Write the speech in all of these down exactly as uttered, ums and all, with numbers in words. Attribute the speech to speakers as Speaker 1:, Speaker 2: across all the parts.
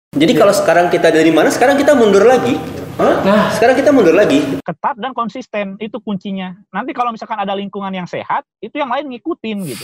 Speaker 1: Jadi kalau sekarang kita dari mana, sekarang kita mundur lagi. Hah? Nah, sekarang kita mundur lagi.
Speaker 2: Ketat dan konsisten, itu kuncinya. Nanti kalau misalkan ada lingkungan yang sehat, itu yang lain ngikutin gitu.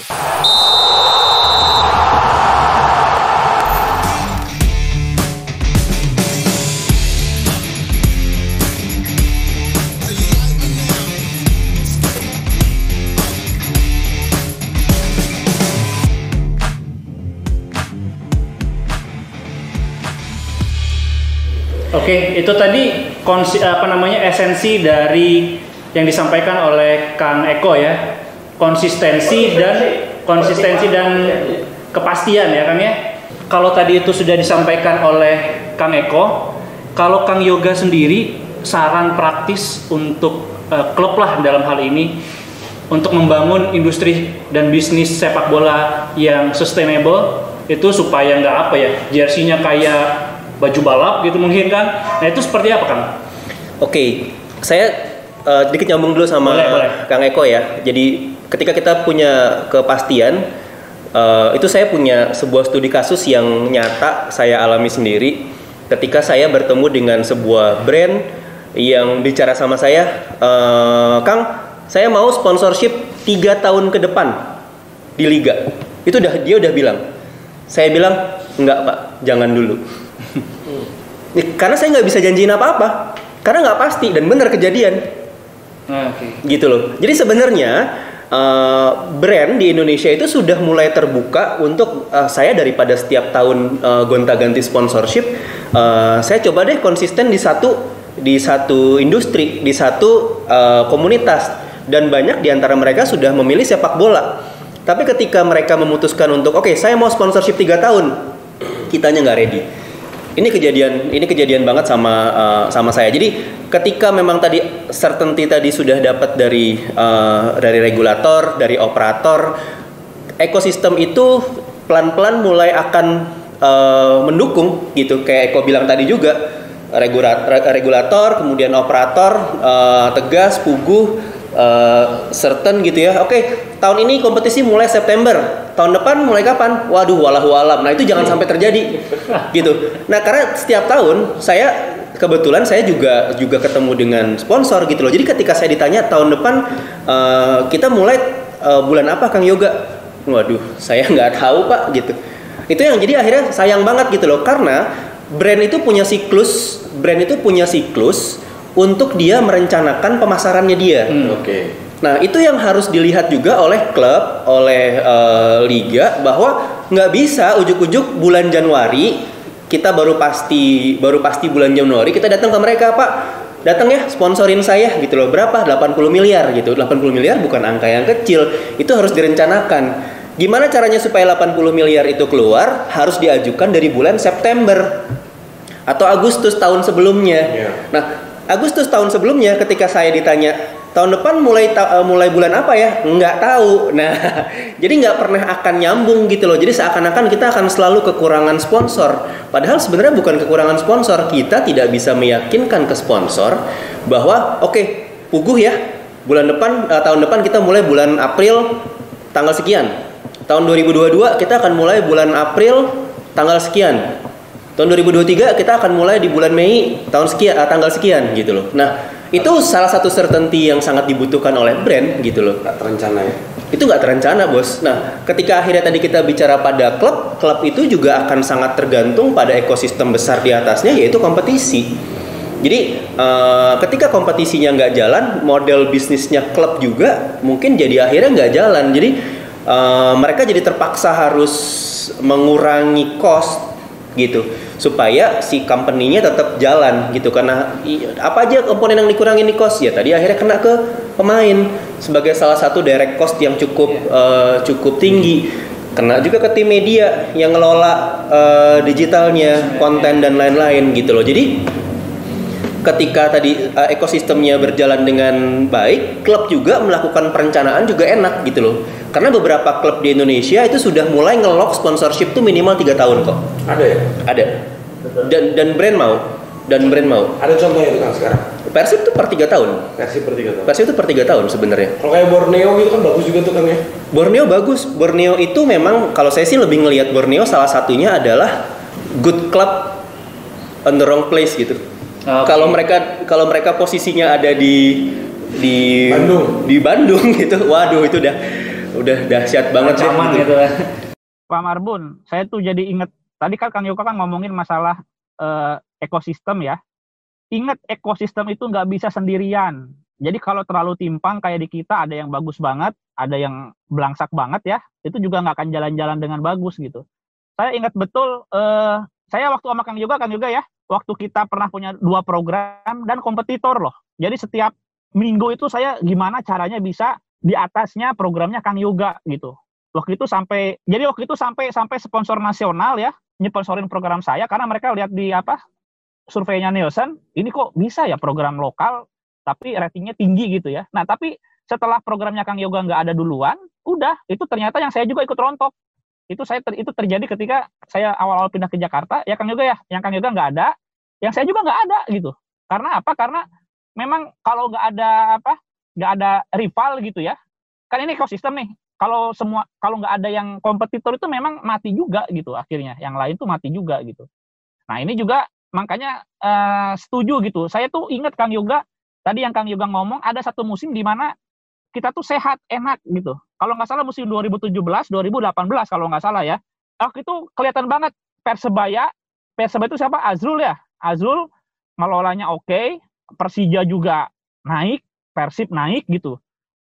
Speaker 3: Oke, itu tadi konsi, apa namanya esensi dari yang disampaikan oleh Kang Eko ya, konsistensi dan konsistensi dan kepastian ya Kang ya. Kalau tadi itu sudah disampaikan oleh Kang Eko, kalau Kang Yoga sendiri saran praktis untuk uh, klub lah dalam hal ini untuk membangun industri dan bisnis sepak bola yang sustainable itu supaya nggak apa ya, jersinya kayak baju balap gitu mungkin kan. Nah itu seperti apa Kang?
Speaker 1: Oke, saya uh, sedikit nyambung dulu sama boleh, boleh. Kang Eko ya. Jadi ketika kita punya kepastian, uh, itu saya punya sebuah studi kasus yang nyata saya alami sendiri. Ketika saya bertemu dengan sebuah brand yang bicara sama saya, uh, Kang, saya mau sponsorship tiga tahun ke depan di liga. Itu udah dia udah bilang. Saya bilang enggak Pak, jangan dulu. Karena saya nggak bisa janjiin apa-apa, karena nggak pasti dan benar kejadian,
Speaker 3: okay.
Speaker 1: Gitu loh. Jadi sebenarnya uh, brand di Indonesia itu sudah mulai terbuka untuk uh, saya daripada setiap tahun uh, gonta-ganti sponsorship, uh, saya coba deh konsisten di satu di satu industri, di satu uh, komunitas, dan banyak di antara mereka sudah memilih sepak bola. Tapi ketika mereka memutuskan untuk oke okay, saya mau sponsorship tiga tahun, kitanya nggak ready. Ini kejadian, ini kejadian banget sama uh, sama saya. Jadi ketika memang tadi certainty tadi sudah dapat dari uh, dari regulator, dari operator, ekosistem itu pelan-pelan mulai akan uh, mendukung gitu. Kayak Eko bilang tadi juga, regulator, regulator kemudian operator uh, tegas, puguh. Uh, certain gitu ya. Oke, okay, tahun ini kompetisi mulai September. Tahun depan mulai kapan? Waduh, walahu alam. Nah, itu jangan sampai terjadi. Gitu. Nah, karena setiap tahun saya kebetulan saya juga juga ketemu dengan sponsor gitu loh. Jadi ketika saya ditanya tahun depan uh, kita mulai uh, bulan apa Kang Yoga? Waduh, saya nggak tahu Pak gitu. Itu yang jadi akhirnya sayang banget gitu loh, karena brand itu punya siklus, brand itu punya siklus untuk dia merencanakan pemasarannya dia.
Speaker 3: Hmm, Oke. Okay.
Speaker 1: Nah itu yang harus dilihat juga oleh klub, oleh uh, liga, bahwa nggak bisa ujuk-ujuk bulan Januari kita baru pasti baru pasti bulan Januari kita datang ke mereka, Pak datang ya sponsorin saya gitu loh, berapa delapan puluh miliar gitu. Delapan puluh miliar bukan angka yang kecil, itu harus direncanakan. Gimana caranya supaya delapan puluh miliar itu keluar? Harus diajukan dari bulan September atau Agustus tahun sebelumnya. Yeah. Nah Agustus tahun sebelumnya ketika saya ditanya tahun depan mulai ta- mulai bulan apa ya, nggak tahu. Nah jadi nggak pernah akan nyambung gitu loh. Jadi seakan-akan kita akan selalu kekurangan sponsor, padahal sebenarnya bukan kekurangan sponsor. Kita tidak bisa meyakinkan ke sponsor bahwa oke okay, puguh ya bulan depan uh, tahun depan kita mulai bulan April tanggal sekian, tahun dua ribu dua puluh dua kita akan mulai bulan April tanggal sekian, tahun dua ribu dua puluh tiga kita akan mulai di bulan Mei tahun sekian, uh, tanggal sekian gitu loh. Nah itu salah satu certainty yang sangat dibutuhkan oleh brand gitu loh.
Speaker 4: Nggak terencana ya?
Speaker 1: Itu nggak terencana bos. Nah ketika akhirnya tadi kita bicara pada klub, klub itu juga akan sangat tergantung pada ekosistem besar di atasnya, yaitu kompetisi. Jadi uh, ketika kompetisinya nggak jalan, model bisnisnya klub juga mungkin jadi akhirnya nggak jalan. Jadi uh, mereka jadi terpaksa harus mengurangi cost gitu supaya si company-nya tetap jalan gitu. Karena apa aja komponen yang dikurangin di cost ya tadi akhirnya kena ke pemain sebagai salah satu direct cost yang cukup uh, cukup tinggi, kena juga ke tim media yang ngelola uh, digitalnya, konten dan lain-lain gitu loh. Jadi ketika tadi uh, ekosistemnya berjalan dengan baik, klub juga melakukan perencanaan juga enak gitu loh. Karena beberapa klub di Indonesia itu sudah mulai nge-lock sponsorship tuh minimal tiga tahun kok.
Speaker 4: Ada ya?
Speaker 1: Ada. Dan dan brand mau. Dan brand mau.
Speaker 4: Ada contohnya itu kan sekarang?
Speaker 1: Persib tuh per tiga tahun.
Speaker 4: Persib per tiga tahun.
Speaker 1: Persib tuh per tiga tahun sebenarnya.
Speaker 4: Kalau kayak Borneo gitu kan bagus juga tuh kan ya?
Speaker 1: Borneo bagus. Borneo itu memang kalau saya sih lebih ngelihat Borneo salah satunya adalah good club on the wrong place gitu. Okay. Kalau mereka kalau mereka posisinya ada di di
Speaker 4: Bandung,
Speaker 1: di Bandung gitu, waduh itu udah udah dahsyat banget
Speaker 3: deh gitu.
Speaker 2: Pak Marbun, saya tuh jadi inget tadi kan Kang Yoga kan ngomongin masalah uh, ekosistem ya. Ingat ekosistem itu nggak bisa sendirian. Jadi kalau terlalu timpang kayak di kita ada yang bagus banget, ada yang belangsak banget ya, itu juga nggak akan jalan-jalan dengan bagus gitu. Saya ingat betul, uh, saya waktu sama Kang Yoga, Kang Yoga ya, waktu kita pernah punya dua program dan kompetitor loh. Jadi setiap minggu itu saya gimana caranya bisa di atasnya programnya Kang Yoga gitu. Waktu itu sampai, jadi waktu itu sampai sampai sponsor nasional ya, nyponsorin program saya karena mereka lihat di apa surveinya Nielsen, ini kok bisa ya program lokal tapi ratingnya tinggi gitu ya. Nah tapi setelah programnya Kang Yoga nggak ada duluan, udah itu ternyata yang saya juga ikut rontok. Itu saya ter, itu terjadi ketika saya awal-awal pindah ke Jakarta, ya Kang Yoga ya, yang Kang Yoga nggak ada, yang saya juga nggak ada gitu. Karena apa? Karena memang kalau nggak ada apa, nggak ada rival gitu ya, kan ini ekosistem nih. Kalau semua kalau nggak ada yang kompetitor itu memang mati juga gitu akhirnya, yang lain tuh mati juga gitu. Nah ini juga makanya uh, setuju gitu. Saya tuh ingat Kang Yoga tadi yang Kang Yoga ngomong ada satu musim di mana kita tuh sehat enak gitu. Kalau nggak salah musim dua ribu tujuh belas dua ribu delapan belas kalau nggak salah ya. Waktu itu kelihatan banget Persebaya, Persebaya itu siapa? Azrul ya. Azrul ngelolanya oke, okay, Persija juga naik, Persib naik gitu.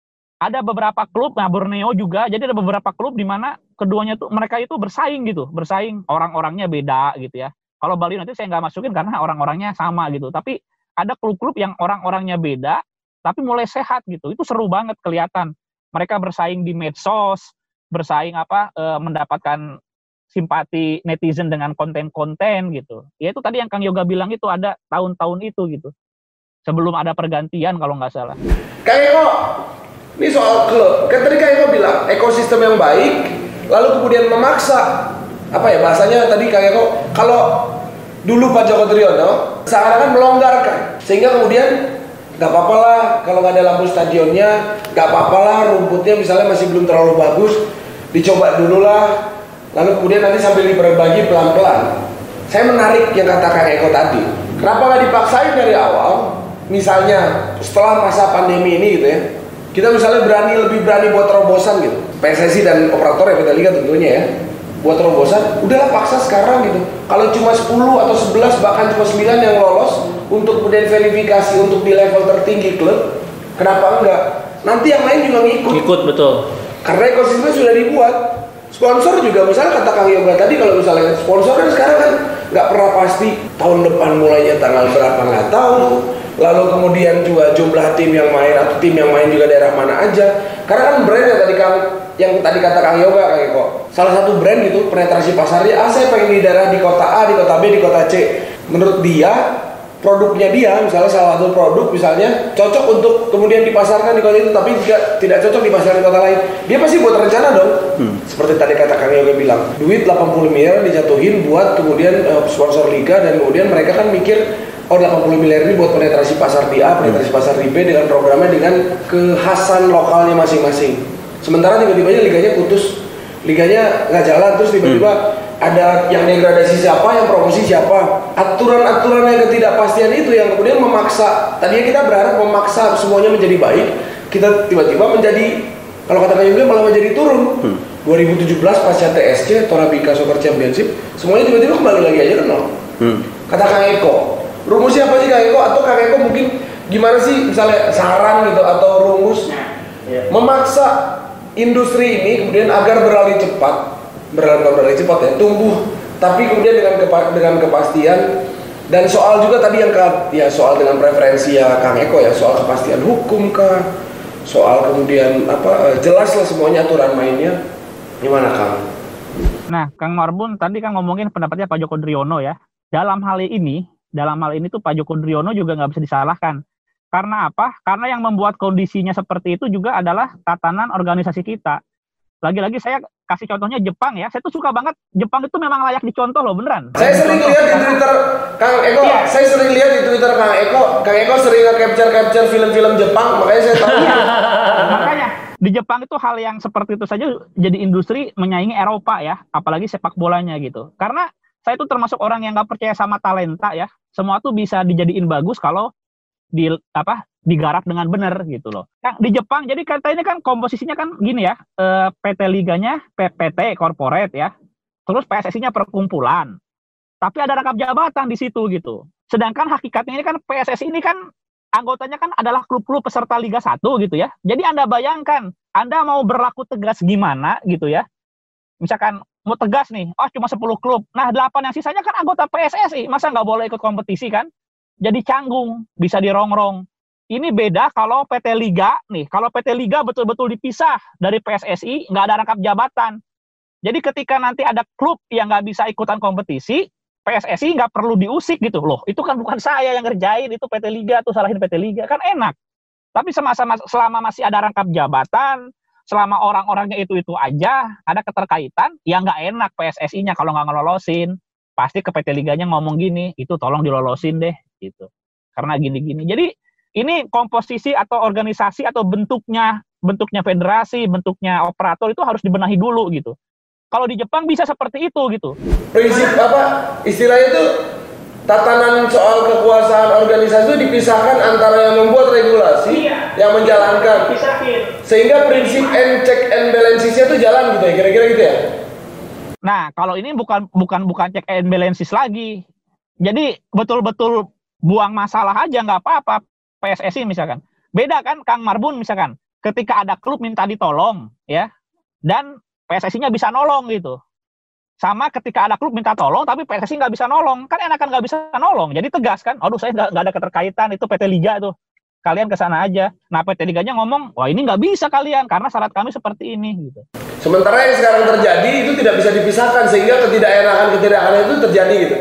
Speaker 2: Ada beberapa klub, nah Borneo juga, jadi ada beberapa klub di mana keduanya tuh mereka itu bersaing gitu, bersaing orang-orangnya beda gitu ya. Kalau Bali nanti saya nggak masukin karena orang-orangnya sama gitu, tapi ada klub-klub yang orang-orangnya beda, tapi mulai sehat gitu, itu seru banget kelihatan. Mereka bersaing di medsos, bersaing apa, e, mendapatkan simpati netizen dengan konten-konten gitu. Ya itu tadi yang Kang Yoga bilang itu ada tahun-tahun itu gitu, sebelum ada pergantian kalau nggak salah.
Speaker 4: Kayak kok. Ini soal klub, kan tadi kayak kau bilang ekosistem yang baik, lalu kemudian memaksa apa ya bahasanya tadi kayak kau kalau dulu Pak Joko Driono seakan-akan melonggarkan sehingga kemudian nggak apa-apa lah kalau nggak ada lampu stadionnya, nggak apa-apa lah rumputnya misalnya masih belum terlalu bagus, dicoba dulu lah, lalu kemudian nanti sambil diperbagi pelan-pelan. Saya menarik yang kata Kang Eko tadi, kenapa nggak dipaksain dari awal? Misalnya setelah masa pandemi ini gitu ya. Kita misalnya berani lebih berani buat terobosan gitu. P S S I dan operator ya P T Liga tentunya ya. Buat terobosan, udahlah paksa sekarang gitu. Kalau cuma sepuluh atau sebelas bahkan cuma sembilan yang lolos untuk kemudian verifikasi untuk di level tertinggi klub, kenapa enggak? Nanti yang lain juga ngikut.
Speaker 3: Ngikut betul.
Speaker 4: Karena ekosistemnya sudah dibuat. Sponsor juga misalnya kata Kang Yoga tadi kalau misalnya sponsor kan sekarang kan nggak pernah pasti tahun depan mulainya tanggal berapa nggak tahu. Lalu kemudian juga jumlah tim yang main atau tim yang main juga daerah mana aja. Karena kan brand yang tadi Kang yang tadi kata Kang Yoga kayak kok salah satu brand gitu penetrasi pasarnya, ah saya pengen di daerah di kota A, di kota B, di kota C. Menurut dia produknya dia misalnya salah satu produk misalnya cocok untuk kemudian dipasarkan di kota itu tapi tidak tidak cocok dipasarkan di kota lain. Dia pasti buat rencana dong. Hmm. Seperti tadi kata Kang Yoga bilang, duit delapan puluh miliar dijatuhin buat kemudian uh, sponsor liga dan kemudian mereka kan mikir oh delapan puluh miliar ini buat penetrasi pasar di A, penetrasi pasar di B dengan programnya dengan kekhasan lokalnya masing-masing. Sementara tiba-tiba liganya putus, liganya nggak jalan, terus tiba-tiba hmm. ada yang degradasi siapa, yang promosi siapa. Aturan-aturan yang ketidakpastian itu yang kemudian memaksa. Tadinya kita berharap memaksa semuanya menjadi baik, kita tiba-tiba menjadi, kalau kata Kang Yoga malah menjadi turun. Hmm. dua ribu tujuh belas pasca T S C, Torabika Soccer Championship, semuanya tiba-tiba kembali lagi aja ke nol. Hmm. Kata Kang Eko, rumusnya apa sih Kang Eko? Atau Kang Eko mungkin gimana sih misalnya saran gitu atau rumus yeah. memaksa industri ini kemudian agar beralih cepat, beralih beralih cepat ya, tumbuh, tapi kemudian dengan kepa, dengan kepastian dan soal juga tadi yang ke, ya soal dengan preferensi ya Kang Eko ya soal kepastian hukum kah, soal kemudian apa jelas lah semuanya aturan mainnya, gimana Kang?
Speaker 2: Nah Kang Marbun tadi kan ngomongin pendapatnya Pak Joko Driono ya, dalam hal ini. Dalam hal ini tuh Pak Joko Driono juga nggak bisa disalahkan. Karena apa? Karena yang membuat kondisinya seperti itu juga adalah tatanan organisasi kita. Lagi-lagi saya kasih contohnya Jepang ya. Saya tuh suka banget. Jepang itu memang layak dicontoh loh, beneran.
Speaker 4: Saya sering lihat di Twitter Kang Eko. Iya. Saya sering lihat di Twitter Kang Eko. Kang Eko sering nge-capture-capture film-film Jepang. Makanya saya tahu.
Speaker 2: Ya. Makanya di Jepang itu hal yang seperti itu saja jadi industri menyaingi Eropa ya. Apalagi sepak bolanya gitu. Karena saya tuh termasuk orang yang nggak percaya sama talenta ya. Semua tuh bisa dijadiin bagus kalau di apa digarap dengan benar gitu loh. Nah, di Jepang jadi kata ini kan komposisinya kan gini ya, eh, P T Liganya P T corporate ya. Terus P S S I-nya perkumpulan. Tapi ada rangkap jabatan di situ gitu. Sedangkan hakikatnya ini kan P S S I ini kan anggotanya kan adalah klub-klub peserta Liga satu gitu ya. Jadi Anda bayangkan, Anda mau berlaku tegas gimana gitu ya. Misalkan mau tegas nih, oh cuma sepuluh klub. Nah, delapan yang sisanya kan anggota P S S I. Masa nggak boleh ikut kompetisi kan? Jadi canggung, bisa dirongrong. Ini beda kalau P T Liga nih. Kalau P T Liga betul-betul dipisah dari P S S I, nggak ada rangkap jabatan. Jadi ketika nanti ada klub yang nggak bisa ikutan kompetisi, P S S I nggak perlu diusik gitu loh. Itu kan bukan saya yang ngerjain, itu P T Liga tuh salahin P T Liga kan enak. Tapi semasa selama masih ada rangkap jabatan, selama orang-orangnya itu-itu aja, ada keterkaitan, ya nggak enak P S S I-nya kalau nggak ngelolosin. Pasti ke P T Liganya ngomong gini, itu tolong dilolosin deh gitu. Karena gini-gini. Jadi ini komposisi atau organisasi atau bentuknya, bentuknya federasi, bentuknya operator itu harus dibenahi dulu gitu. Kalau di Jepang bisa seperti itu gitu.
Speaker 4: Prinsip apa istilahnya itu tatanan soal kekuasaan organisasi itu dipisahkan antara yang membuat regulasi, iya, yang menjalankan. Pisahin. Sehingga prinsip and check and balances-nya itu jalan gitu ya, kira-kira gitu ya.
Speaker 2: Nah, kalau ini bukan bukan bukan check and balances lagi. Jadi betul-betul buang masalah aja nggak apa-apa. P S S I misalkan. Beda kan Kang Marbun misalkan. Ketika ada klub minta ditolong ya. Dan P S S I-nya bisa nolong gitu. Sama ketika ada klub minta tolong, tapi P S S I nggak bisa nolong. Kan enakan nggak bisa nolong. Jadi tegas kan, aduh saya nggak ada keterkaitan, itu P T Liga tuh. Kalian kesana aja. Nah P T Liganya ngomong, wah ini nggak bisa kalian, karena syarat kami seperti ini. Gitu.
Speaker 4: Sementara yang sekarang terjadi itu tidak bisa dipisahkan, sehingga ketidakenakan-ketidakenakan itu terjadi gitu.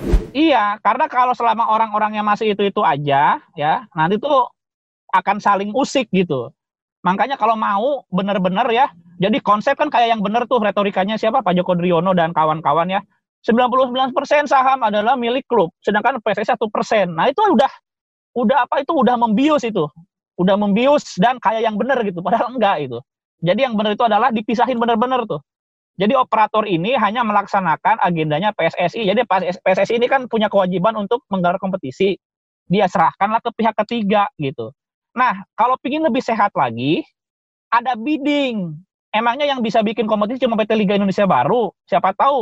Speaker 2: Iya, karena kalau selama orang-orangnya masih itu-itu aja, ya nanti tuh akan saling usik gitu. Makanya kalau mau benar-benar ya, jadi konsep kan kayak yang benar tuh retorikanya siapa? Pak Joko Driono dan kawan-kawan ya. sembilan puluh sembilan persen saham adalah milik klub, sedangkan P S S I satu persen. Nah itu udah, udah apa itu udah membius itu. Udah membius dan kayak yang benar gitu, padahal enggak itu. Jadi yang benar itu adalah dipisahin benar-benar tuh. Jadi operator ini hanya melaksanakan agendanya P S S I. Jadi P S S I ini kan punya kewajiban untuk menggelar kompetisi. Dia serahkanlah ke pihak ketiga gitu. Nah, kalau ingin lebih sehat lagi, ada bidding. Emangnya yang bisa bikin kompetisi cuma P T Liga Indonesia Baru? Siapa tahu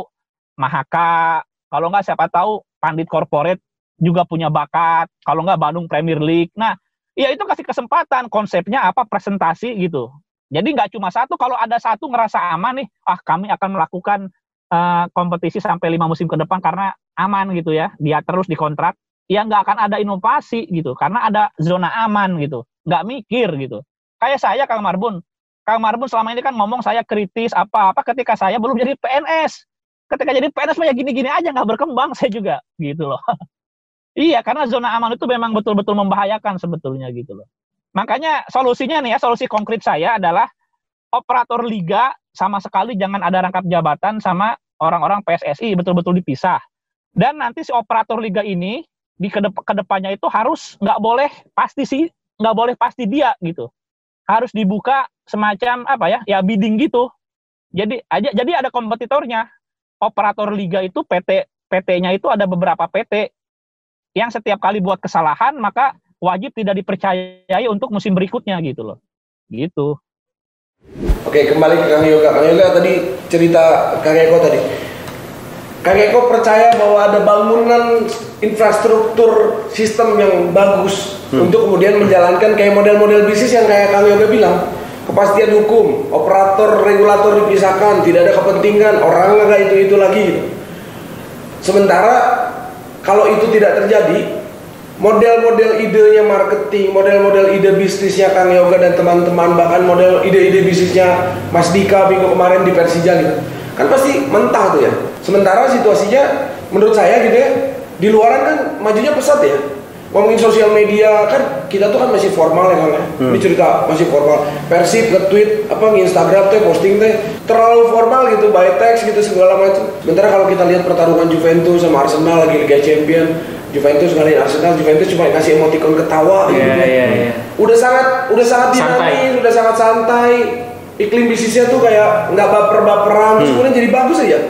Speaker 2: Mahaka, kalau nggak siapa tahu Pandit Corporate juga punya bakat, kalau nggak Bandung Premier League. Nah, ya itu kasih kesempatan, konsepnya apa, presentasi gitu. Jadi nggak cuma satu, kalau ada satu ngerasa aman nih, ah kami akan melakukan uh, kompetisi sampai lima musim ke depan karena aman gitu ya, dia terus dikontrak, ya nggak akan ada inovasi gitu, karena ada zona aman gitu, nggak mikir gitu. Kayak saya Kang Marbun, Kang Marbun selama ini kan ngomong saya kritis apa-apa ketika saya belum jadi P N S. Ketika jadi P N S banyak gini-gini aja nggak berkembang saya juga gitu loh. Iya, karena zona aman itu memang betul-betul membahayakan sebetulnya gitu loh. Makanya solusinya nih ya, solusi konkret saya adalah operator liga sama sekali jangan ada rangkap jabatan sama orang-orang P S S I, betul-betul dipisah. Dan nanti si operator liga ini di kedep kedepannya itu harus nggak boleh pasti sih, nggak boleh pasti dia gitu. Harus dibuka semacam apa ya, ya bidding gitu. Jadi aja, jadi ada kompetitornya. Operator liga itu P T P T-nya itu ada beberapa P T yang setiap kali buat kesalahan maka wajib tidak dipercayai untuk musim berikutnya gitu loh. Gitu.
Speaker 4: Oke, kembali ke Kang Yoga. Kang Yoga tadi cerita Kang Eko tadi. Kang Eko percaya bahwa ada bangunan infrastruktur sistem yang bagus hmm. untuk kemudian menjalankan kayak model-model bisnis yang kayak Kang Yoga bilang. Kepastian hukum, operator, regulator dipisahkan, tidak ada kepentingan, orang nggak itu-itu lagi gitu. Sementara kalau itu tidak terjadi, model-model idenya marketing, model-model ide bisnisnya Kang Yoga dan teman-teman, bahkan model ide-ide bisnisnya Mas Dika minggu kemarin di Persija gitu, kan pasti mentah tuh ya. Sementara situasinya menurut saya gitu ya, di luaran kan majunya pesat ya. Ngomongin sosial media kan kita tuh kan masih formal ya Kang ya. Hmm. Ini cerita masih formal. Persib nge-tweet apa nge-Instagram teh posting teh terlalu formal gitu, by text gitu segala macam. Sementara kalau kita lihat pertarungan Juventus sama Arsenal lagi Liga Champion, Juventus ngalahin Arsenal, Juventus cuma kasih emoticon ketawa
Speaker 3: yeah,
Speaker 4: gitu.
Speaker 3: Yeah, yeah.
Speaker 4: Udah sangat udah sangat dinamis, udah sangat santai. Iklim bisnisnya tuh kayak nggak baper-baperan, hmm. kemudian jadi bagus aja.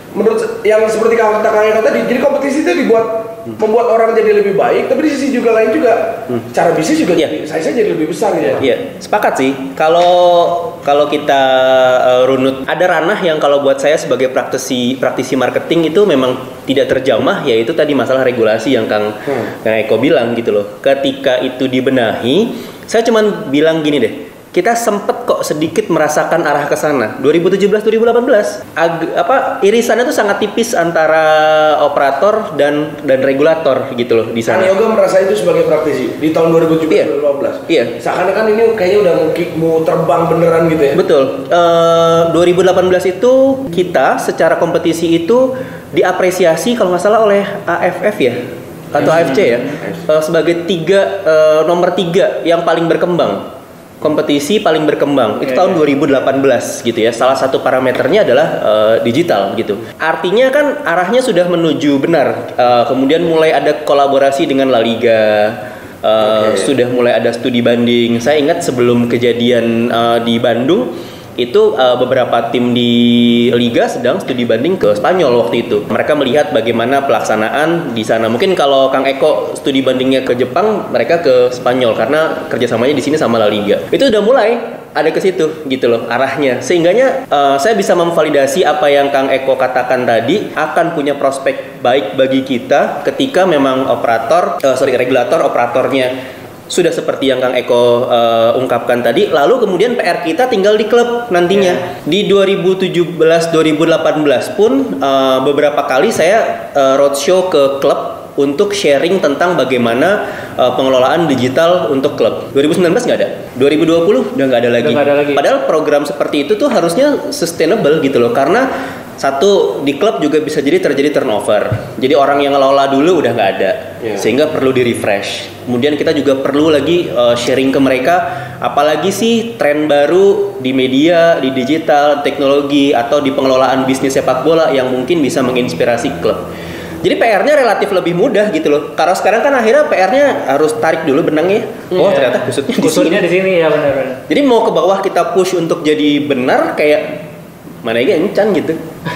Speaker 4: menurut yang seperti kata Kang Eko tadi, jadi kompetisi itu dibuat hmm. membuat orang jadi lebih baik, tapi di sisi juga lain juga hmm. cara bisnis juga yeah. saya saya jadi lebih besar ya.
Speaker 1: Iya, yeah. sepakat sih. Kalau kalau kita uh, runut, ada ranah yang kalau buat saya sebagai praktisi praktisi marketing itu memang tidak terjamah, yaitu tadi masalah regulasi yang Kang hmm. Kang Eko bilang gitu loh. Ketika itu dibenahi, saya cuman bilang gini deh. Kita sempet kok sedikit merasakan arah ke sana. dua ribu tujuh belas dua ribu delapan belas ag- apa irisannya tuh sangat tipis antara operator dan dan regulator gitu loh di sana.
Speaker 4: Kang Yoga merasa itu sebagai praktisi di tahun dua ribu tujuh belas
Speaker 1: iya.
Speaker 4: dua ribu delapan belas.
Speaker 1: Iya.
Speaker 4: Seakan-akan ini kayaknya udah mau, mau terbang beneran gitu ya.
Speaker 1: Betul. Uh, dua ribu delapan belas itu kita secara kompetisi itu diapresiasi kalau nggak salah oleh A F F ya atau A F C ya uh, sebagai tiga uh, nomor tiga yang paling berkembang. Kompetisi paling berkembang itu tahun dua ribu delapan belas gitu ya. Salah satu parameternya adalah uh, digital gitu. Artinya kan arahnya sudah menuju benar. Uh, kemudian mulai ada kolaborasi dengan La Liga. Uh, okay. Sudah mulai ada studi banding. Saya ingat sebelum kejadian uh, di Bandung itu uh, beberapa tim di Liga sedang studi banding ke Spanyol waktu itu. Mereka melihat bagaimana pelaksanaan di sana. Mungkin kalau Kang Eko studi bandingnya ke Jepang, mereka ke Spanyol karena kerjasamanya di sini sama La Liga. Itu udah mulai ada ke situ gitu loh arahnya. Sehingganya uh, saya bisa memvalidasi apa yang Kang Eko katakan tadi akan punya prospek baik bagi kita ketika memang operator, uh, sorry regulator operatornya sudah seperti yang Kang Eko uh, ungkapkan tadi. Lalu kemudian P R kita tinggal di klub nantinya. Yeah. Di dua ribu tujuh belas dua ribu delapan belas pun uh, beberapa kali saya uh, roadshow ke klub untuk sharing tentang bagaimana uh, pengelolaan digital untuk klub. dua ribu sembilan belas nggak ada. dua ribu dua puluh udah nggak ada lagi.
Speaker 3: Udah nggak ada lagi.
Speaker 1: Padahal program seperti itu tuh harusnya sustainable gitu loh. Karena satu, di klub juga bisa jadi terjadi turnover. Jadi orang yang ngelola dulu udah nggak ada, yeah. Sehingga perlu di refresh. Kemudian kita juga perlu lagi uh, sharing ke mereka, apalagi sih tren baru di media, di digital, teknologi, atau di pengelolaan bisnis sepak bola yang mungkin bisa menginspirasi klub. Jadi P R-nya relatif lebih mudah gitu loh. Karena sekarang kan akhirnya P R-nya harus tarik dulu benangnya. Oh yeah. Ternyata kusutnya di
Speaker 3: kusutnya
Speaker 1: sini.
Speaker 3: di sini ya benar-benar.
Speaker 1: Jadi mau ke bawah kita push untuk jadi benar kayak mana aja encan gitu.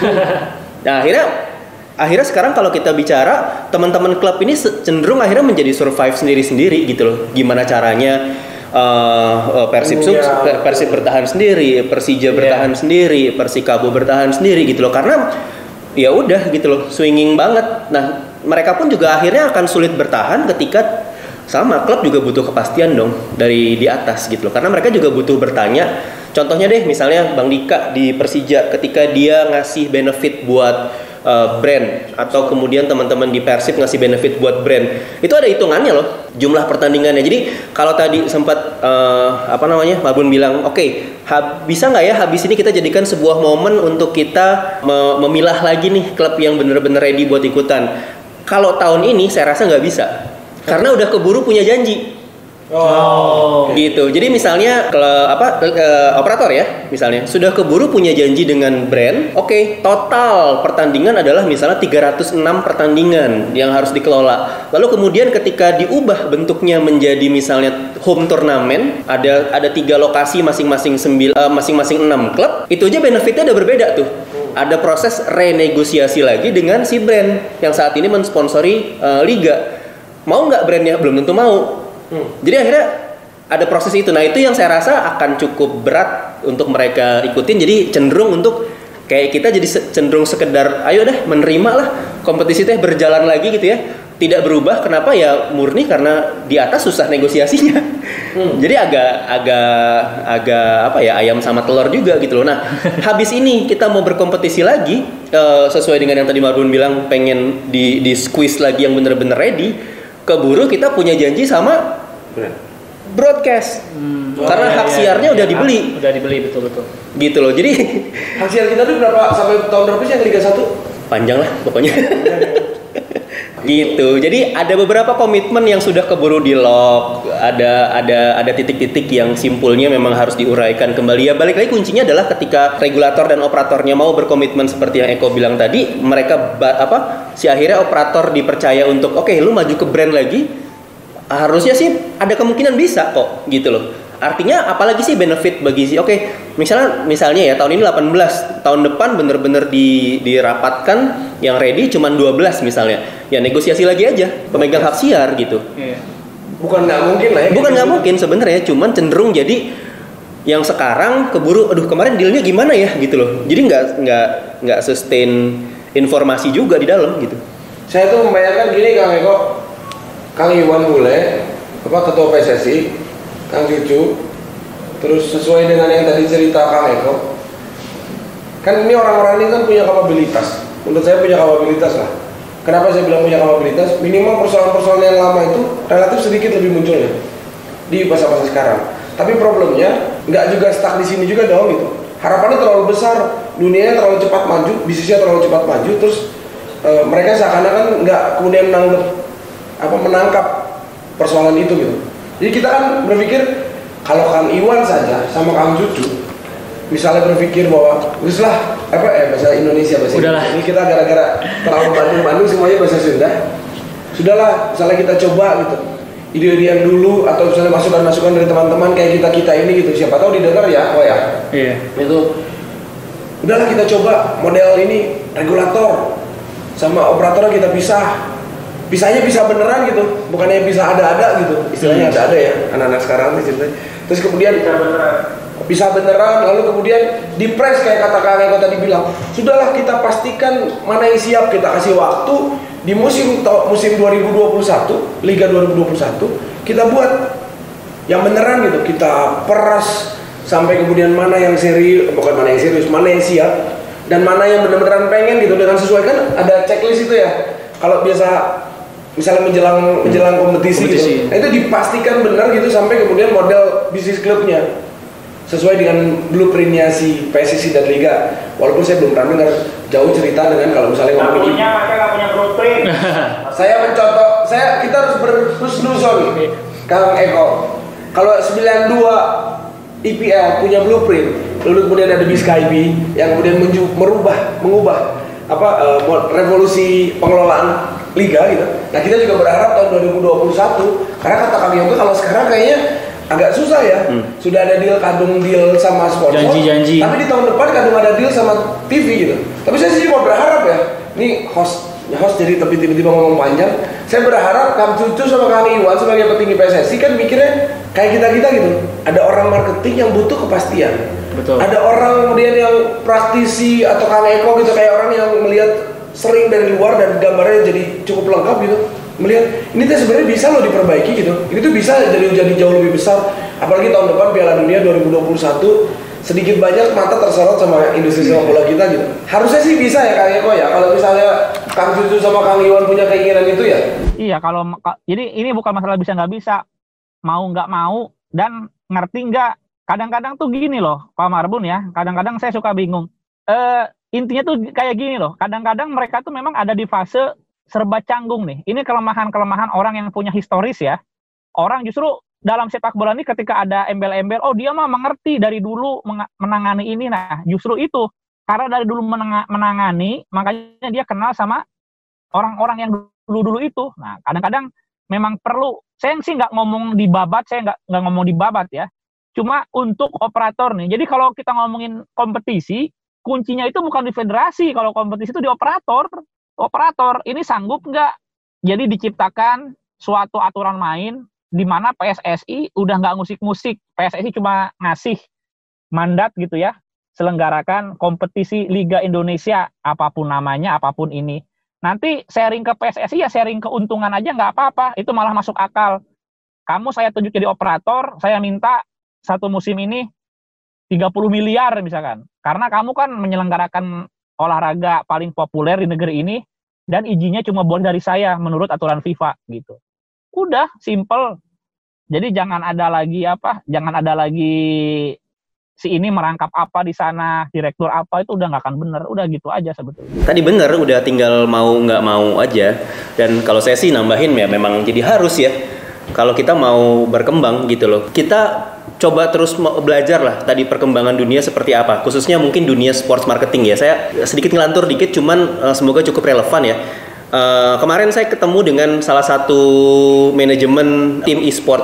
Speaker 1: Nah akhirnya akhirnya sekarang kalau kita bicara teman-teman klub ini cenderung akhirnya menjadi survive sendiri-sendiri gitu loh. Gimana caranya uh, Persib uh, yeah. Persib bertahan sendiri, Persija bertahan yeah. sendiri, Persikabo bertahan sendiri gitu loh. Karena ya udah gitu loh, swinging banget. Nah mereka pun juga akhirnya akan sulit bertahan ketika sama klub juga butuh kepastian dong dari di atas gitu loh. Karena mereka juga butuh bertanya. Contohnya deh misalnya Bang Dika di Persija ketika dia ngasih benefit buat uh, brand atau kemudian teman-teman di Persib ngasih benefit buat brand. Itu ada hitungannya loh, jumlah pertandingannya. Jadi kalau tadi sempat uh, apa namanya Mabun bilang, oke, okay, hab, bisa nggak ya habis ini kita jadikan sebuah momen untuk kita me- memilah lagi nih klub yang bener-bener ready buat ikutan. Kalau tahun ini saya rasa nggak bisa. Karena udah keburu punya janji.
Speaker 3: Oh,
Speaker 1: gitu. Jadi misalnya ke apa ke, operator ya, misalnya sudah keburu punya janji dengan brand. Oke, okay, total pertandingan adalah misalnya tiga ratus enam pertandingan yang harus dikelola. Lalu kemudian ketika diubah bentuknya menjadi misalnya home turnamen, ada ada tiga lokasi masing-masing sembil, uh, masing-masing enam klub. Itu aja benefitnya udah berbeda tuh. Ada proses renegosiasi lagi dengan si brand yang saat ini mensponsori uh, liga. Mau nggak brandnya? Belum tentu mau. Hmm. Jadi akhirnya ada proses itu. Nah itu yang saya rasa akan cukup berat untuk mereka ikutin. Jadi cenderung untuk kayak kita jadi cenderung sekedar ayo deh menerima lah kompetisi teh berjalan lagi gitu ya. Tidak berubah. Kenapa ya murni karena di atas susah negosiasinya. Hmm. Jadi agak agak agak apa ya ayam sama telur juga gitu loh. Nah habis ini kita mau berkompetisi lagi uh, sesuai dengan yang tadi Marbun bilang pengen di di squeeze lagi yang bener-bener ready. Keburu kita punya janji sama broadcast hmm. oh, karena iya, hak siarnya iya, udah iya, dibeli
Speaker 3: udah dibeli betul-betul
Speaker 1: gitu loh. Jadi
Speaker 4: hak siar kita tuh berapa sampai tahun berapa sih yang Liga satu?
Speaker 1: Panjang lah pokoknya. Gitu. Jadi ada beberapa komitmen yang sudah keburu di lock, ada ada ada titik-titik yang simpulnya memang harus diuraikan kembali. Ya balik lagi kuncinya adalah ketika regulator dan operatornya mau berkomitmen seperti yang Eko bilang tadi, mereka ba- apa? Si akhirnya operator dipercaya untuk oke, okay, lu maju ke brand lagi. Harusnya sih ada kemungkinan bisa kok gitu loh. Artinya apalagi sih benefit bagi si oke, misalnya misalnya ya tahun ini delapan belas, tahun depan bener-bener di dirapatkan yang ready cuman dua belas misalnya. Ya negosiasi lagi aja pemegang hak siar gitu.
Speaker 3: Iya.
Speaker 4: Bukan nggak mungkin lah ya.
Speaker 1: Bukan nggak mungkin sebenarnya, cuman cenderung jadi yang sekarang keburu aduh kemarin dealnya gimana ya gitu loh. Jadi nggak nggak nggak sustain informasi juga di dalam gitu.
Speaker 4: Saya tuh membayangkan gini Kang Eko, Kang Iwan Bule, apa ketua P S S I, Kang Cucu, terus sesuai dengan yang tadi cerita Kang Eko, kan ini orang-orang ini kan punya kapabilitas. Menurut saya punya kapabilitas lah. Kenapa saya bilang punya kapabilitas? Minimal persoalan-persoalan yang lama itu relatif sedikit lebih munculnya di masa-masa sekarang. Tapi problemnya nggak juga stuck di sini juga dong gitu. Harapannya terlalu besar, dunianya terlalu cepat maju, bisnisnya terlalu cepat maju, terus e, mereka seakan-akan nggak kemudian menangkap apa menangkap persoalan itu gitu. Jadi kita kan berpikir kalau Kang Iwan saja sama Kang Cucu misalnya berpikir bahwa wis lah apa eh bahasa Indonesia bahasa Indonesia. Ini kita gara-gara terlalu Bandung-Bandung semuanya bahasa Sunda. Sudahlah, misalnya kita coba gitu. Ide-ide yang dulu atau misalnya masukan-masukan dari teman-teman kayak kita-kita ini gitu. Siapa tahu didengar ya, oh ya.
Speaker 3: Iya.
Speaker 4: Itu udahlah kita coba model ini regulator sama operator kita pisah. Pisahnya bisa beneran gitu, bukannya bisa ada-ada gitu. Istilahnya
Speaker 3: Hmm.
Speaker 4: ada-ada ya, anak-anak sekarang nih ceritanya. Terus kemudian bisa beneran. Bisa beneran, lalu kemudian dipres kayak kata Kang Eko tadi bilang. Sudahlah kita pastikan mana yang siap, kita kasih waktu di musim musim dua ribu dua puluh satu, Liga dua ribu dua puluh satu kita buat yang beneran gitu. Kita peras sampai kemudian mana yang serius, bukan mana yang serius, mana yang siap dan mana yang bener-beneran pengen gitu dengan sesuai kan ada checklist itu ya. Kalau biasa misalnya menjelang menjelang kompetisi,
Speaker 3: kompetisi.
Speaker 4: gitu, nah itu dipastikan benar gitu sampai kemudian model bisnis klubnya sesuai dengan blueprintnya si P S S I dan Liga. Walaupun saya belum pernah dengar jauh cerita dengan kalau misalnya ngomongin
Speaker 2: Punya, mereka nggak punya blueprint.
Speaker 4: saya mencontoh, saya kita harus berhusnuzon Kang Eko. Kalau sembilan dua I P L punya blueprint, lalu kemudian ada B S K I B yang kemudian menju, merubah, mengubah apa uh, revolusi pengelolaan liga gitu. Nah kita juga berharap tahun dua ribu dua puluh satu karena kata Kang Yoga kalau sekarang kayaknya agak susah ya. Hmm. Sudah ada deal kadung deal sama sponsor.
Speaker 3: Janji-janji.
Speaker 4: Tapi di tahun depan kadung ada deal sama T V gitu. Tapi saya sih mau berharap ya. Ini host host jadi tapi tiba-tiba ngomong panjang. Saya berharap Kang Cucu sama Kang Iwan sebagai petinggi P S S I kan mikirnya kayak kita-kita gitu. Ada orang marketing yang butuh kepastian.
Speaker 3: Betul.
Speaker 4: Ada orang kemudian yang praktisi atau Kang Eko gitu kayak orang yang melihat sering dari luar dan gambarnya jadi cukup lengkap gitu. Melihat ini tuh sebenarnya bisa loh diperbaiki gitu. Ini tuh bisa jadi jadi jauh lebih besar. Apalagi tahun depan Piala Dunia dua ribu dua puluh satu sedikit banyak mata tersorot sama industri sepak bola kita gitu. Harusnya sih bisa ya Kang Eko ya. Kalau misalnya Kang Cucu sama Kang Iwan punya keinginan itu ya.
Speaker 2: Iya, kalau jadi ini bukan masalah bisa nggak bisa, mau nggak mau dan ngerti nggak. Kadang-kadang tuh gini loh, Pak Marbun ya. Kadang-kadang saya suka bingung. Eh, intinya tuh kayak gini loh. Kadang-kadang mereka tuh memang ada di fase serba canggung nih. Ini kelemahan-kelemahan orang yang punya historis ya. Orang justru dalam sepak bola ini ketika ada embel-embel, oh dia mah mengerti dari dulu menangani ini. Nah justru itu. Karena dari dulu menang- menangani, makanya dia kenal sama orang-orang yang dulu-dulu itu. Nah kadang-kadang memang perlu. Saya sih nggak ngomong di babat, saya nggak nggak ngomong di babat ya. Cuma untuk operator nih. Jadi kalau kita ngomongin kompetisi, kuncinya itu bukan di federasi. Kalau kompetisi itu di operator. Operator ini sanggup nggak? Jadi diciptakan suatu aturan main di mana P S S I udah nggak musik-musik. P S S I cuma ngasih mandat gitu ya, selenggarakan kompetisi Liga Indonesia, apapun namanya, apapun ini. Nanti sharing ke P S S I ya sharing keuntungan aja nggak apa-apa. Itu malah masuk akal. Kamu saya tunjuk jadi operator, saya minta satu musim ini tiga puluh miliar misalkan. Karena kamu kan menyelenggarakan olahraga paling populer di negeri ini dan izinnya cuma boleh dari saya menurut aturan FIFA gitu. Udah simple. Jadi jangan ada lagi apa, jangan ada lagi si ini merangkap apa di sana, direktur apa, itu udah nggak akan bener. Udah gitu aja sebetulnya.
Speaker 1: Tadi bener, udah tinggal mau nggak mau aja. Dan kalau saya sih nambahin ya memang jadi harus ya. Kalau kita mau berkembang gitu loh, kita coba terus belajar lah tadi perkembangan dunia seperti apa, khususnya mungkin dunia sports marketing ya. Saya sedikit ngelantur dikit, cuman uh, semoga cukup relevan ya. Uh, kemarin saya ketemu dengan salah satu manajemen tim e-sport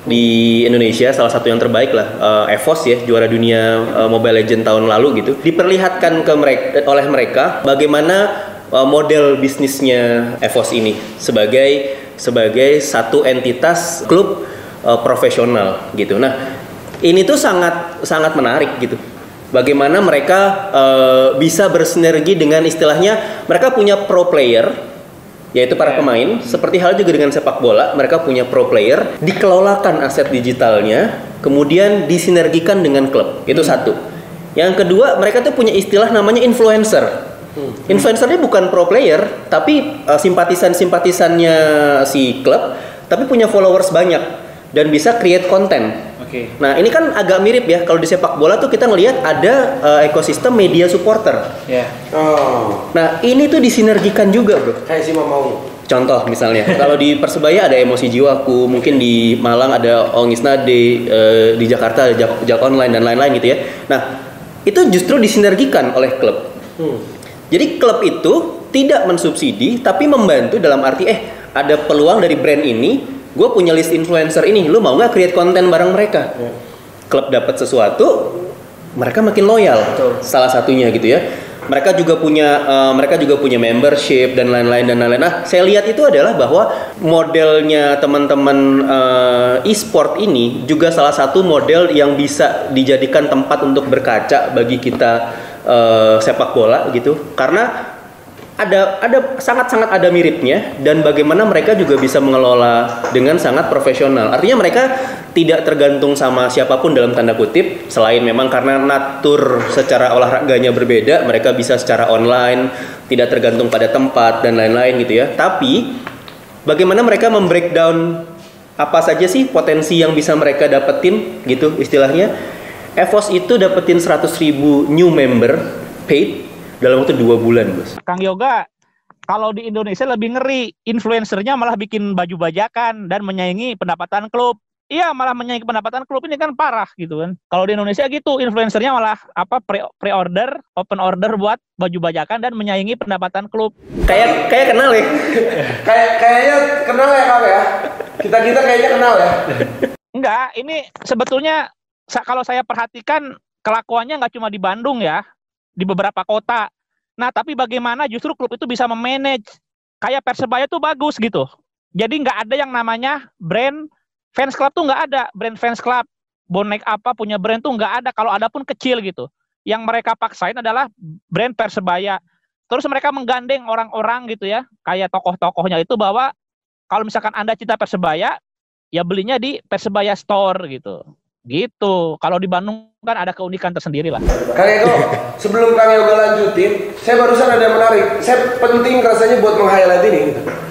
Speaker 1: di Indonesia, salah satu yang terbaik lah, uh, EVOS ya, juara dunia uh, Mobile Legends tahun lalu gitu. Diperlihatkan ke mereka oleh mereka bagaimana uh, model bisnisnya EVOS ini sebagai sebagai satu entitas klub uh, profesional gitu. Nah, ini tuh sangat sangat menarik gitu. Bagaimana mereka uh, bisa bersinergi dengan istilahnya mereka punya pro player, yaitu para pemain, seperti hal juga dengan sepak bola, mereka punya pro player, dikelolakan aset digitalnya, kemudian disinergikan dengan klub. Itu satu. Yang kedua, mereka tuh punya istilah namanya influencer. Influencernya bukan pro player, tapi uh, simpatisan-simpatisannya si klub, tapi punya followers banyak dan bisa create konten.
Speaker 3: Oke.
Speaker 1: Nah, ini kan agak mirip ya, kalau di sepak bola tuh kita ngelihat ada uh, ekosistem media supporter.
Speaker 3: Ya.
Speaker 4: Oh,
Speaker 1: Nah, ini tuh disinergikan juga, bro.
Speaker 4: kayak si mau.
Speaker 1: Contoh misalnya, kalau di Persebaya ada Emosi Jiwaku, mungkin di Malang ada Ongis Nade, eh, di Jakarta ada Jak, Jak Online dan lain-lain gitu ya. Nah, itu justru disinergikan oleh klub.
Speaker 4: Hmm.
Speaker 1: Jadi klub itu tidak mensubsidi, tapi membantu dalam arti eh ada peluang dari brand ini, gue punya list influencer ini, lu mau nggak create konten bareng mereka?
Speaker 4: Hmm.
Speaker 1: Klub dapat sesuatu, mereka makin loyal.
Speaker 3: Betul.
Speaker 1: Salah satunya gitu ya. Mereka juga punya uh, mereka juga punya membership dan lain-lain dan lain-lain. Nah, saya lihat itu adalah bahwa modelnya teman-teman uh, e-sport ini juga salah satu model yang bisa dijadikan tempat untuk berkaca bagi kita uh, sepak bola gitu. Karena ada ada sangat-sangat ada miripnya dan bagaimana mereka juga bisa mengelola dengan sangat profesional. Artinya mereka tidak tergantung sama siapapun dalam tanda kutip, selain memang karena natur secara olahraganya berbeda, mereka bisa secara online, tidak tergantung pada tempat dan lain-lain gitu ya. Tapi bagaimana mereka membreakdown apa saja sih potensi yang bisa mereka dapetin gitu istilahnya. EVOS itu dapetin seratus ribu new member paid dalam waktu dua bulan, bos.
Speaker 2: Kang Yoga, kalau di Indonesia lebih ngeri, influencernya malah bikin baju bajakan dan menyaingi pendapatan klub. Iya, malah menyaingi pendapatan klub, ini kan parah gitu kan. Kalau di Indonesia gitu, influencernya malah apa pre pre-order, open order buat baju bajakan dan menyaingi pendapatan klub.
Speaker 1: Kayak kayak kenal ya.
Speaker 4: Kayak kayaknya kenal ya Kang ya. Kita kita kayaknya kenal ya.
Speaker 2: Enggak, ini sebetulnya sa- kalau saya perhatikan kelakuannya nggak cuma di Bandung ya, di beberapa kota. Nah, tapi bagaimana justru klub itu bisa memanage. Kayak Persebaya tuh bagus gitu. Jadi nggak ada yang namanya brand fans club tuh nggak ada. Brand fans club, bonek apa punya brand tuh nggak ada. Kalau ada pun kecil gitu. Yang mereka paksain adalah brand Persebaya. Terus mereka menggandeng orang-orang gitu ya, kayak tokoh-tokohnya itu bahwa kalau misalkan Anda cinta Persebaya, ya belinya di Persebaya Store gitu. Gitu. Kalau di Bandung kan ada keunikan tersendiri lah.
Speaker 4: Kang Eko, sebelum Kang Yoga lanjutin, saya barusan ada yang menarik. Saya penting rasanya buat meng-highlight ini.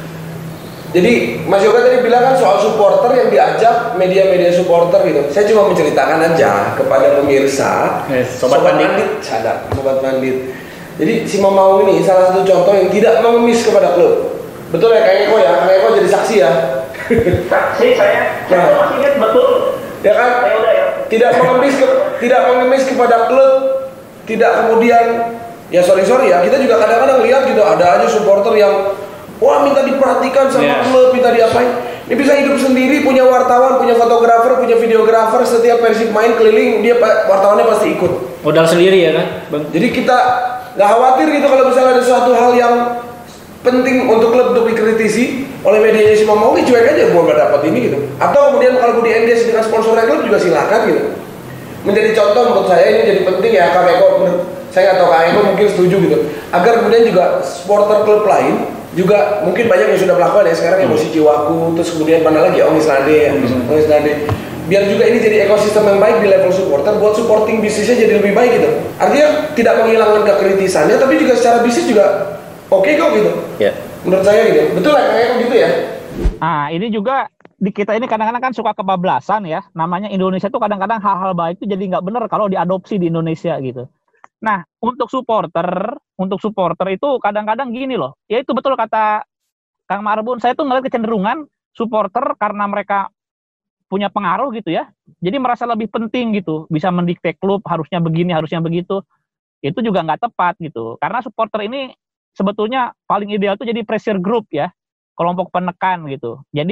Speaker 4: Jadi Mas Yoga tadi bilang kan soal supporter yang diajak media-media supporter gitu. Saya cuma menceritakan aja kepada pemirsa,
Speaker 3: Yes, Sobat Pandit.
Speaker 4: sadar, Sobat Pandit. Jadi si Mamau ini salah satu contoh yang tidak mengemis kepada klub. Betul ya Kang Eko ya? Kang Eko jadi saksi ya?
Speaker 2: Saksi saya,
Speaker 4: saya
Speaker 2: masih ingat betul.
Speaker 4: Ya kan?
Speaker 2: Ya udah ya.
Speaker 4: Tidak mengemis ke, tidak mengemis kepada klub, tidak kemudian ya sorry sorry ya, kita juga kadang-kadang lihat gitu ada aja supporter yang wah minta diperhatikan sama
Speaker 3: Yeah.
Speaker 4: klub, minta diapain. Ini bisa hidup sendiri, punya wartawan, punya fotografer, punya videografer, setiap Persib main keliling dia wartawannya pasti ikut.
Speaker 3: Modal sendiri ya kan, Bang?
Speaker 4: Jadi kita nggak khawatir gitu kalau misalnya ada suatu hal yang penting untuk klub untuk dikritisi oleh medianya si Mamau, ini cuek aja, gua nggak dapat ini gitu. Atau kemudian kalau mau di-endorse dengan sponsornya klub juga silakan gitu. Menjadi contoh menurut saya ini jadi penting ya Kang Eko, menurut saya nggak tahu Kang Eko mungkin setuju gitu. Agar kemudian juga supporter klub lain juga mungkin banyak yang sudah melakukan ya sekarang, Emosi Jiwaku, terus kemudian mana lagi Ongis Nade ya, Ongis Nade. Biar juga ini jadi ekosistem yang baik di level supporter buat supporting bisnisnya jadi lebih baik gitu. Artinya tidak menghilangkan kekritisannya, tapi juga secara bisnis juga oke okay kok gitu.
Speaker 1: Ya.
Speaker 4: Menurut saya gitu. Betul lah kayak gitu ya.
Speaker 2: Nah, ini juga di kita ini kadang-kadang kan suka kebablasan ya. Namanya Indonesia tuh kadang-kadang hal-hal baik itu jadi nggak benar kalau diadopsi di Indonesia gitu. Nah, untuk supporter, untuk supporter itu kadang-kadang gini loh. Ya itu betul kata Kang Marbun, saya tuh ngeliat kecenderungan supporter karena mereka punya pengaruh gitu ya. Jadi merasa lebih penting gitu, bisa mendikte klub harusnya begini, harusnya begitu. Itu juga nggak tepat gitu. Karena supporter ini sebetulnya paling ideal tuh jadi pressure group ya, kelompok penekan gitu. Jadi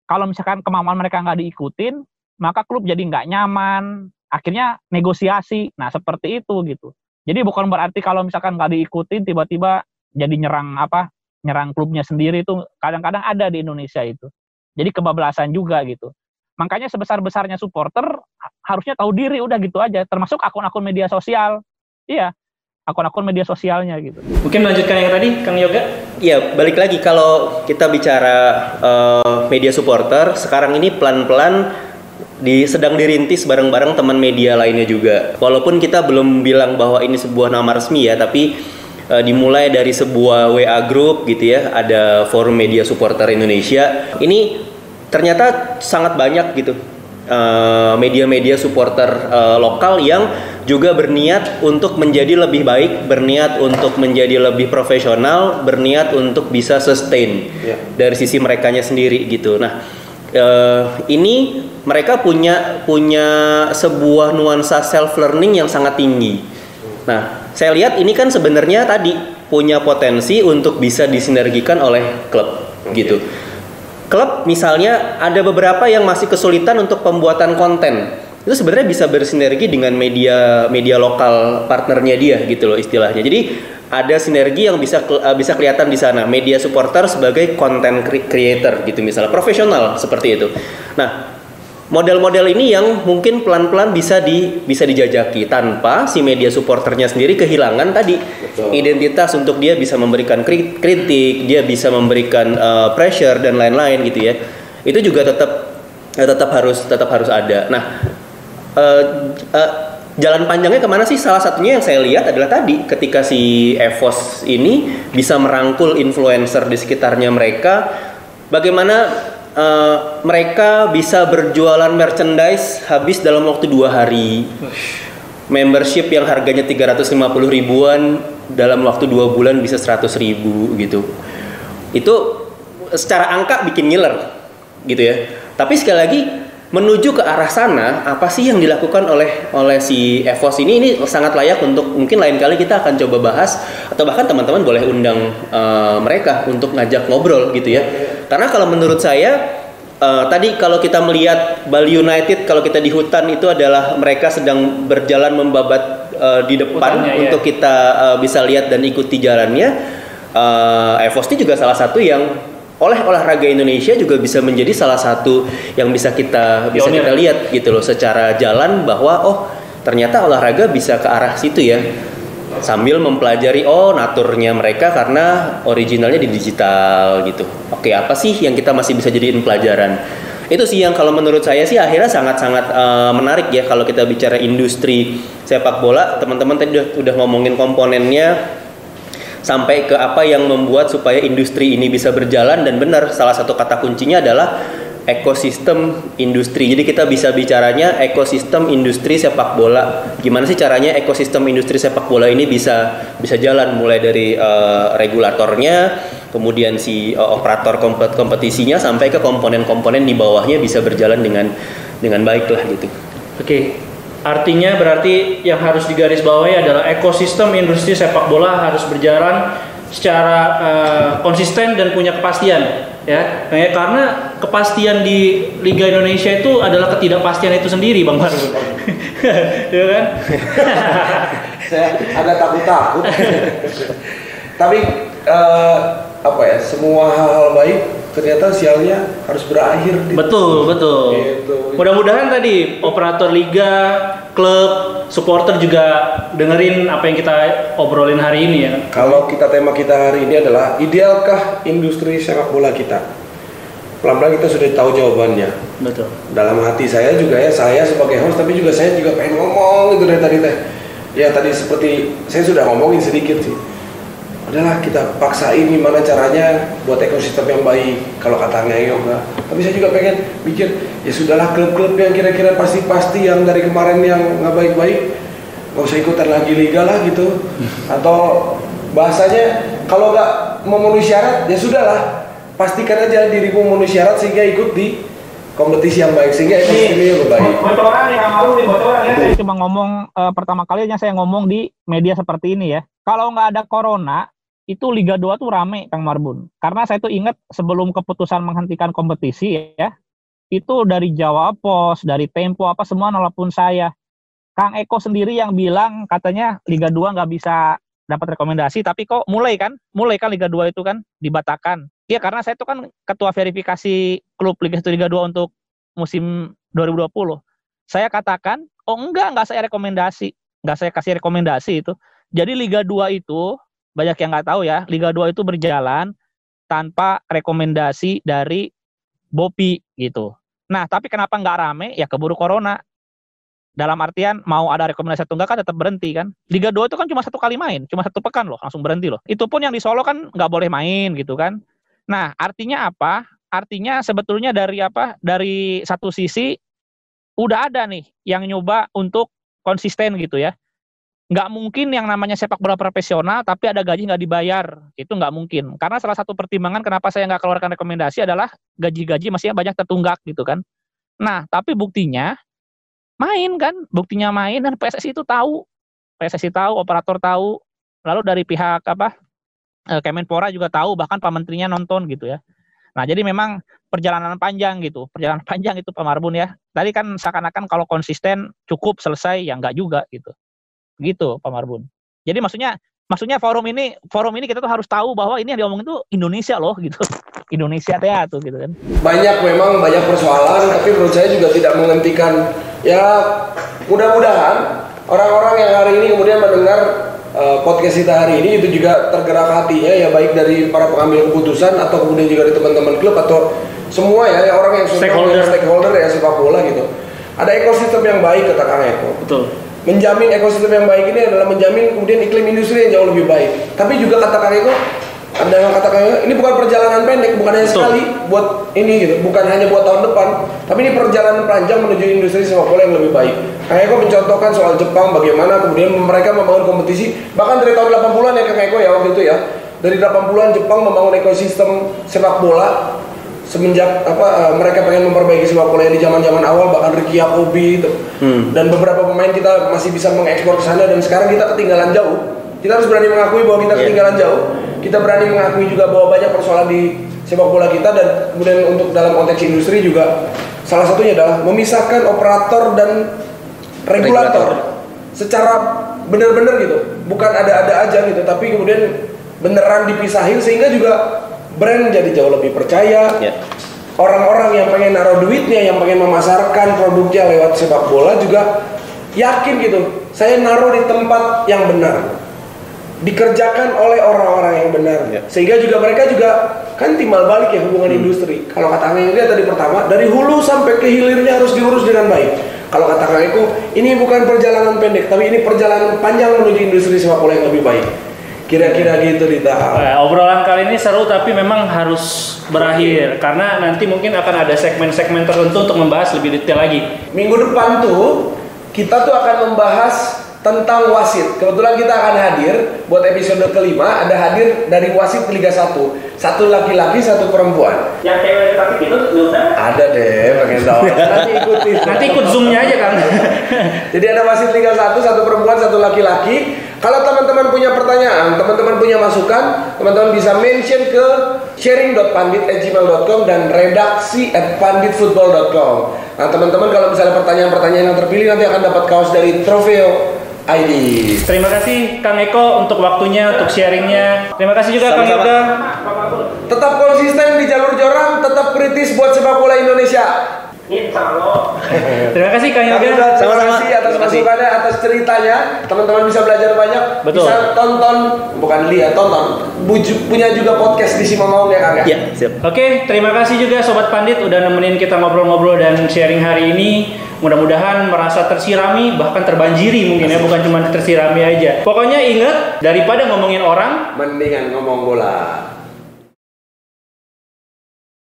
Speaker 2: kalau misalkan kemauan mereka nggak diikutin, maka klub jadi nggak nyaman, akhirnya negosiasi. Nah seperti itu gitu. Jadi bukan berarti kalau misalkan nggak diikutin tiba-tiba jadi nyerang apa, nyerang klubnya sendiri, itu kadang-kadang ada di Indonesia itu. Jadi kebablasan juga gitu. Makanya sebesar-besarnya supporter harusnya tahu diri, udah gitu aja. Termasuk akun-akun media sosial. Iya, akun-akun media sosialnya gitu.
Speaker 3: Mungkin melanjutkan yang tadi, Kang Yoga?
Speaker 1: Iya, balik lagi kalau kita bicara uh, media supporter, sekarang ini pelan-pelan di sedang dirintis bareng-bareng teman media lainnya juga. Walaupun kita belum bilang bahwa ini sebuah nama resmi ya, tapi uh, dimulai dari sebuah W A group gitu ya, ada Forum Media Supporter Indonesia. Ini ternyata sangat banyak gitu uh, media-media supporter uh, lokal yang juga berniat untuk menjadi lebih baik, berniat untuk menjadi lebih profesional, berniat untuk bisa sustain yeah. dari sisi merekanya sendiri gitu. Nah, uh, ini mereka punya punya sebuah nuansa self learning yang sangat tinggi. Nah, saya lihat ini kan sebenarnya tadi punya potensi untuk bisa disinergikan oleh klub okay. gitu. Klub misalnya ada beberapa yang masih kesulitan untuk pembuatan konten. Itu sebenarnya bisa bersinergi dengan media media lokal partnernya dia gitu loh istilahnya. Jadi ada sinergi yang bisa bisa kelihatan di sana. Media supporter sebagai content creator gitu misalnya, profesional seperti itu. Nah, model-model ini yang mungkin pelan-pelan bisa di bisa dijajaki tanpa si media supporternya sendiri kehilangan tadi Betul. identitas untuk dia bisa memberikan kritik, dia bisa memberikan uh, pressure dan lain-lain gitu ya. Itu juga tetap tetap harus tetap harus ada. Nah, Uh, uh, jalan panjangnya kemana sih? Salah satunya yang saya lihat adalah tadi ketika si EVOS ini bisa merangkul influencer di sekitarnya mereka, bagaimana uh, mereka bisa berjualan merchandise habis dalam waktu dua hari, membership yang harganya tiga ratus lima puluh ribuan dalam waktu dua bulan bisa seratus ribu gitu. Itu secara angka bikin ngiler gitu ya. Tapi sekali lagi menuju ke arah sana, apa sih yang dilakukan oleh oleh si EVOS ini? Ini sangat layak untuk mungkin lain kali kita akan coba bahas, atau bahkan teman-teman boleh undang uh, mereka untuk ngajak ngobrol gitu ya. Karena kalau menurut saya uh, tadi kalau kita melihat Bali United, kalau kita di hutan itu adalah mereka sedang berjalan membabat uh, di depan Hutannya, untuk ya. kita uh, bisa lihat dan ikuti jalannya. Uh, EVOS ini juga salah satu yang oleh olahraga Indonesia juga bisa menjadi salah satu yang bisa kita bisa kita lihat gitu loh secara jalan bahwa oh ternyata olahraga bisa ke arah situ ya, sambil mempelajari oh naturnya mereka karena originalnya di digital gitu. Oke, apa sih yang kita masih bisa jadiin pelajaran? Itu sih yang kalau menurut saya sih akhirnya sangat-sangat uh, menarik ya kalau kita bicara industri sepak bola. Teman-teman tadi udah, udah ngomongin komponennya sampai ke apa yang membuat supaya industri ini bisa berjalan, dan benar salah satu kata kuncinya adalah ekosistem industri. Jadi kita bisa bicaranya ekosistem industri sepak bola. Gimana sih caranya ekosistem industri sepak bola ini bisa bisa jalan mulai dari uh, regulatornya, kemudian si uh, operator kompet- kompetisinya sampai ke komponen-komponen di bawahnya bisa berjalan dengan dengan baik lah gitu.
Speaker 3: Oke. Okay. Artinya berarti yang harus digarisbawahi adalah ekosistem industri sepak bola harus berjalan secara uh, konsisten dan punya kepastian ya. Nah, karena kepastian di Liga Indonesia itu adalah ketidakpastian itu sendiri, Bang Marun. Ya kan?
Speaker 4: Saya agak takut-takut. Tapi uh, apa ya? Semua hal-hal baik ternyata sialnya harus berakhir.
Speaker 3: Betul, betul.
Speaker 4: Gitu.
Speaker 3: Mudah-mudahan tadi operator liga, klub, supporter juga dengerin apa yang kita obrolin hari ini ya.
Speaker 4: Kalau kita tema kita hari ini adalah idealkah industri sepak bola kita? Pelan-pelan kita sudah tahu jawabannya.
Speaker 3: Betul.
Speaker 4: Dalam hati saya juga ya, saya sebagai host, tapi juga saya juga pengen ngomong gitu dari tadi teh. Ya tadi seperti saya sudah ngomongin sedikit sih. Adalah kita paksain gimana caranya buat ekosistem yang baik kalau katanya yoga. Tapi saya juga pengen bikin ya sudahlah klub-klub yang kira-kira pasti-pasti yang dari kemarin yang nggak baik-baik nggak usah ikutan lagi liga lah gitu. Atau bahasanya kalau nggak memenuhi syarat ya sudahlah, pastikan aja dirimu memenuhi syarat sehingga ikut di kompetisi yang baik sehingga ekosistemnya lebih baik.
Speaker 2: Bocoran yang mau nih bocoran ya. Saya cuma ngomong uh, pertama kalinya saya ngomong di media seperti ini ya. Kalau nggak ada corona, itu Liga dua tuh rame Kang Marbun. Karena saya tuh ingat sebelum keputusan menghentikan kompetisi ya, itu dari Jawa Pos, dari Tempo apa semua nelpon saya. Kang Eko sendiri yang bilang katanya Liga dua nggak bisa dapat rekomendasi, tapi kok mulai kan? Mulai kan Liga dua itu kan dibatalkan. Iya, karena saya tuh kan ketua verifikasi klub Liga satu Liga dua untuk musim dua ribu dua puluh. Saya katakan, oh enggak, enggak saya rekomendasi. Enggak saya kasih rekomendasi itu. Jadi Liga dua itu banyak yang nggak tahu ya, Liga dua itu berjalan tanpa rekomendasi dari B O P I gitu. Nah, tapi kenapa nggak rame? Ya keburu corona. Dalam artian mau ada rekomendasi atau enggak kan tetap berhenti kan. Liga dua itu kan cuma satu kali main, cuma satu pekan loh, langsung berhenti loh. Itu pun yang di Solo kan nggak boleh main gitu kan. Nah, artinya apa? Artinya sebetulnya dari apa? Dari satu sisi udah ada nih yang nyoba untuk konsisten gitu ya. Nggak mungkin yang namanya sepak bola profesional tapi ada gaji nggak dibayar, itu nggak mungkin. Karena salah satu pertimbangan kenapa saya nggak keluarkan rekomendasi adalah gaji-gaji masih banyak tertunggak gitu kan. Nah, tapi buktinya main kan, buktinya main dan P S S I itu tahu, P S S I tahu, operator tahu, lalu dari pihak apa Kemenpora juga tahu, bahkan Pak Menterinya nonton gitu ya. Nah, jadi memang perjalanan panjang gitu, perjalanan panjang itu Pak Marbun ya. Tadi kan seakan-akan kalau konsisten cukup selesai, ya enggak juga gitu. Gitu Pak Marbun. Jadi maksudnya maksudnya forum ini forum ini kita tuh harus tahu bahwa ini yang diomongin tuh Indonesia loh gitu. Indonesia teh tuh gitu kan.
Speaker 4: Banyak memang banyak persoalan, tapi menurut saya juga tidak menghentikan. Ya mudah-mudahan orang-orang yang hari ini kemudian mendengar uh, podcast kita hari ini itu juga tergerak hatinya ya, baik dari para pengambil keputusan atau kemudian juga dari teman-teman klub atau semua ya, ya orang yang
Speaker 3: stakeholder
Speaker 4: stakeholder ya sepak bola gitu. Ada ekosistem yang baik kata Kang Eko.
Speaker 3: Betul.
Speaker 4: Menjamin ekosistem yang baik ini adalah menjamin kemudian iklim industri yang jauh lebih baik. Tapi juga kata Kang Eko, ada yang kata Kang Eko, ini bukan perjalanan pendek, bukan hanya
Speaker 3: Betul.
Speaker 4: sekali buat ini gitu, bukan hanya buat tahun depan, tapi ini perjalanan panjang menuju industri sepak bola yang lebih baik. Kang Eko mencontohkan soal Jepang, bagaimana kemudian mereka membangun kompetisi, bahkan dari tahun delapan puluhan ya Kang Eko ya waktu itu ya, dari delapan puluhan Jepang membangun ekosistem sepak bola. Semenjak apa mereka pengen memperbaiki sepak bola di zaman-zaman awal, bahkan Ricky Yacobi itu hmm. dan beberapa pemain kita masih bisa mengekspor ke sana, dan sekarang kita ketinggalan jauh. Kita harus berani mengakui bahwa kita yeah. ketinggalan jauh. Kita berani mengakui juga bahwa banyak persoalan di sepak bola kita, dan kemudian untuk dalam konteks industri juga salah satunya adalah memisahkan operator dan regulator, regulator. Secara benar-benar gitu, bukan ada-ada aja gitu, tapi kemudian beneran dipisahin sehingga juga brand jadi jauh lebih percaya. Yeah. Orang-orang yang pengen naruh duitnya, yang pengen memasarkan produknya lewat sepak bola juga yakin gitu, saya naruh di tempat yang benar, dikerjakan oleh orang-orang yang benar. Yeah. Sehingga juga mereka juga kan timbal balik ya hubungan hmm. industri. Kalau kata Kang Eko tadi pertama, dari hulu sampai ke hilirnya harus diurus dengan baik. Kalau kata Kang Eko, ini bukan perjalanan pendek, tapi ini perjalanan panjang menuju industri sepak bola yang lebih baik. Kira-kira gitu Dita.
Speaker 3: Nah, obrolan kali ini seru, tapi memang harus berakhir karena nanti mungkin akan ada segmen-segmen tertentu untuk membahas lebih detail lagi.
Speaker 4: Minggu depan tuh kita tuh akan membahas tentang wasit. Kebetulan kita akan hadir buat episode kelima, ada hadir dari wasit Liga satu. Satu laki-laki, satu perempuan.
Speaker 2: Yang cewek tapi itu belum
Speaker 4: ada deh, pengen tahu. Nanti ikutin.
Speaker 3: Nanti ikut zoomnya aja kan.
Speaker 4: Jadi ada wasit Liga satu, satu perempuan, satu laki-laki. Kalau teman-teman punya pertanyaan, teman-teman punya masukan, teman-teman bisa mention ke sharing dot pandit at gmail dot com dan redaksi at pandit football dot com. Nah teman-teman kalau misalnya pertanyaan-pertanyaan yang terpilih nanti akan dapat kaos dari Trofeo I D.
Speaker 3: Terima kasih Kang Eko untuk waktunya, untuk sharingnya. Terima kasih juga Kang Yoga.
Speaker 4: Tetap konsisten di jalur joram, tetap kritis buat sepak bola Indonesia.
Speaker 3: Terima kasih Kang Yoga.
Speaker 4: Terima kasih atas masukannya, atas ceritanya. Teman-teman bisa belajar banyak.
Speaker 3: Betul.
Speaker 4: Bisa tonton, bukan lihat, tonton. Bujuk, punya juga podcast di Simamaung ya Kang ya.
Speaker 1: Iya, siap.
Speaker 3: Oke, terima kasih juga Sobat Pandit udah nemenin kita ngobrol-ngobrol dan sharing hari ini. Mudah-mudahan merasa tersirami, bahkan terbanjiri mungkin ya, bukan cuma tersirami aja. Pokoknya ingat, daripada ngomongin orang,
Speaker 4: mendingan ngomong bola.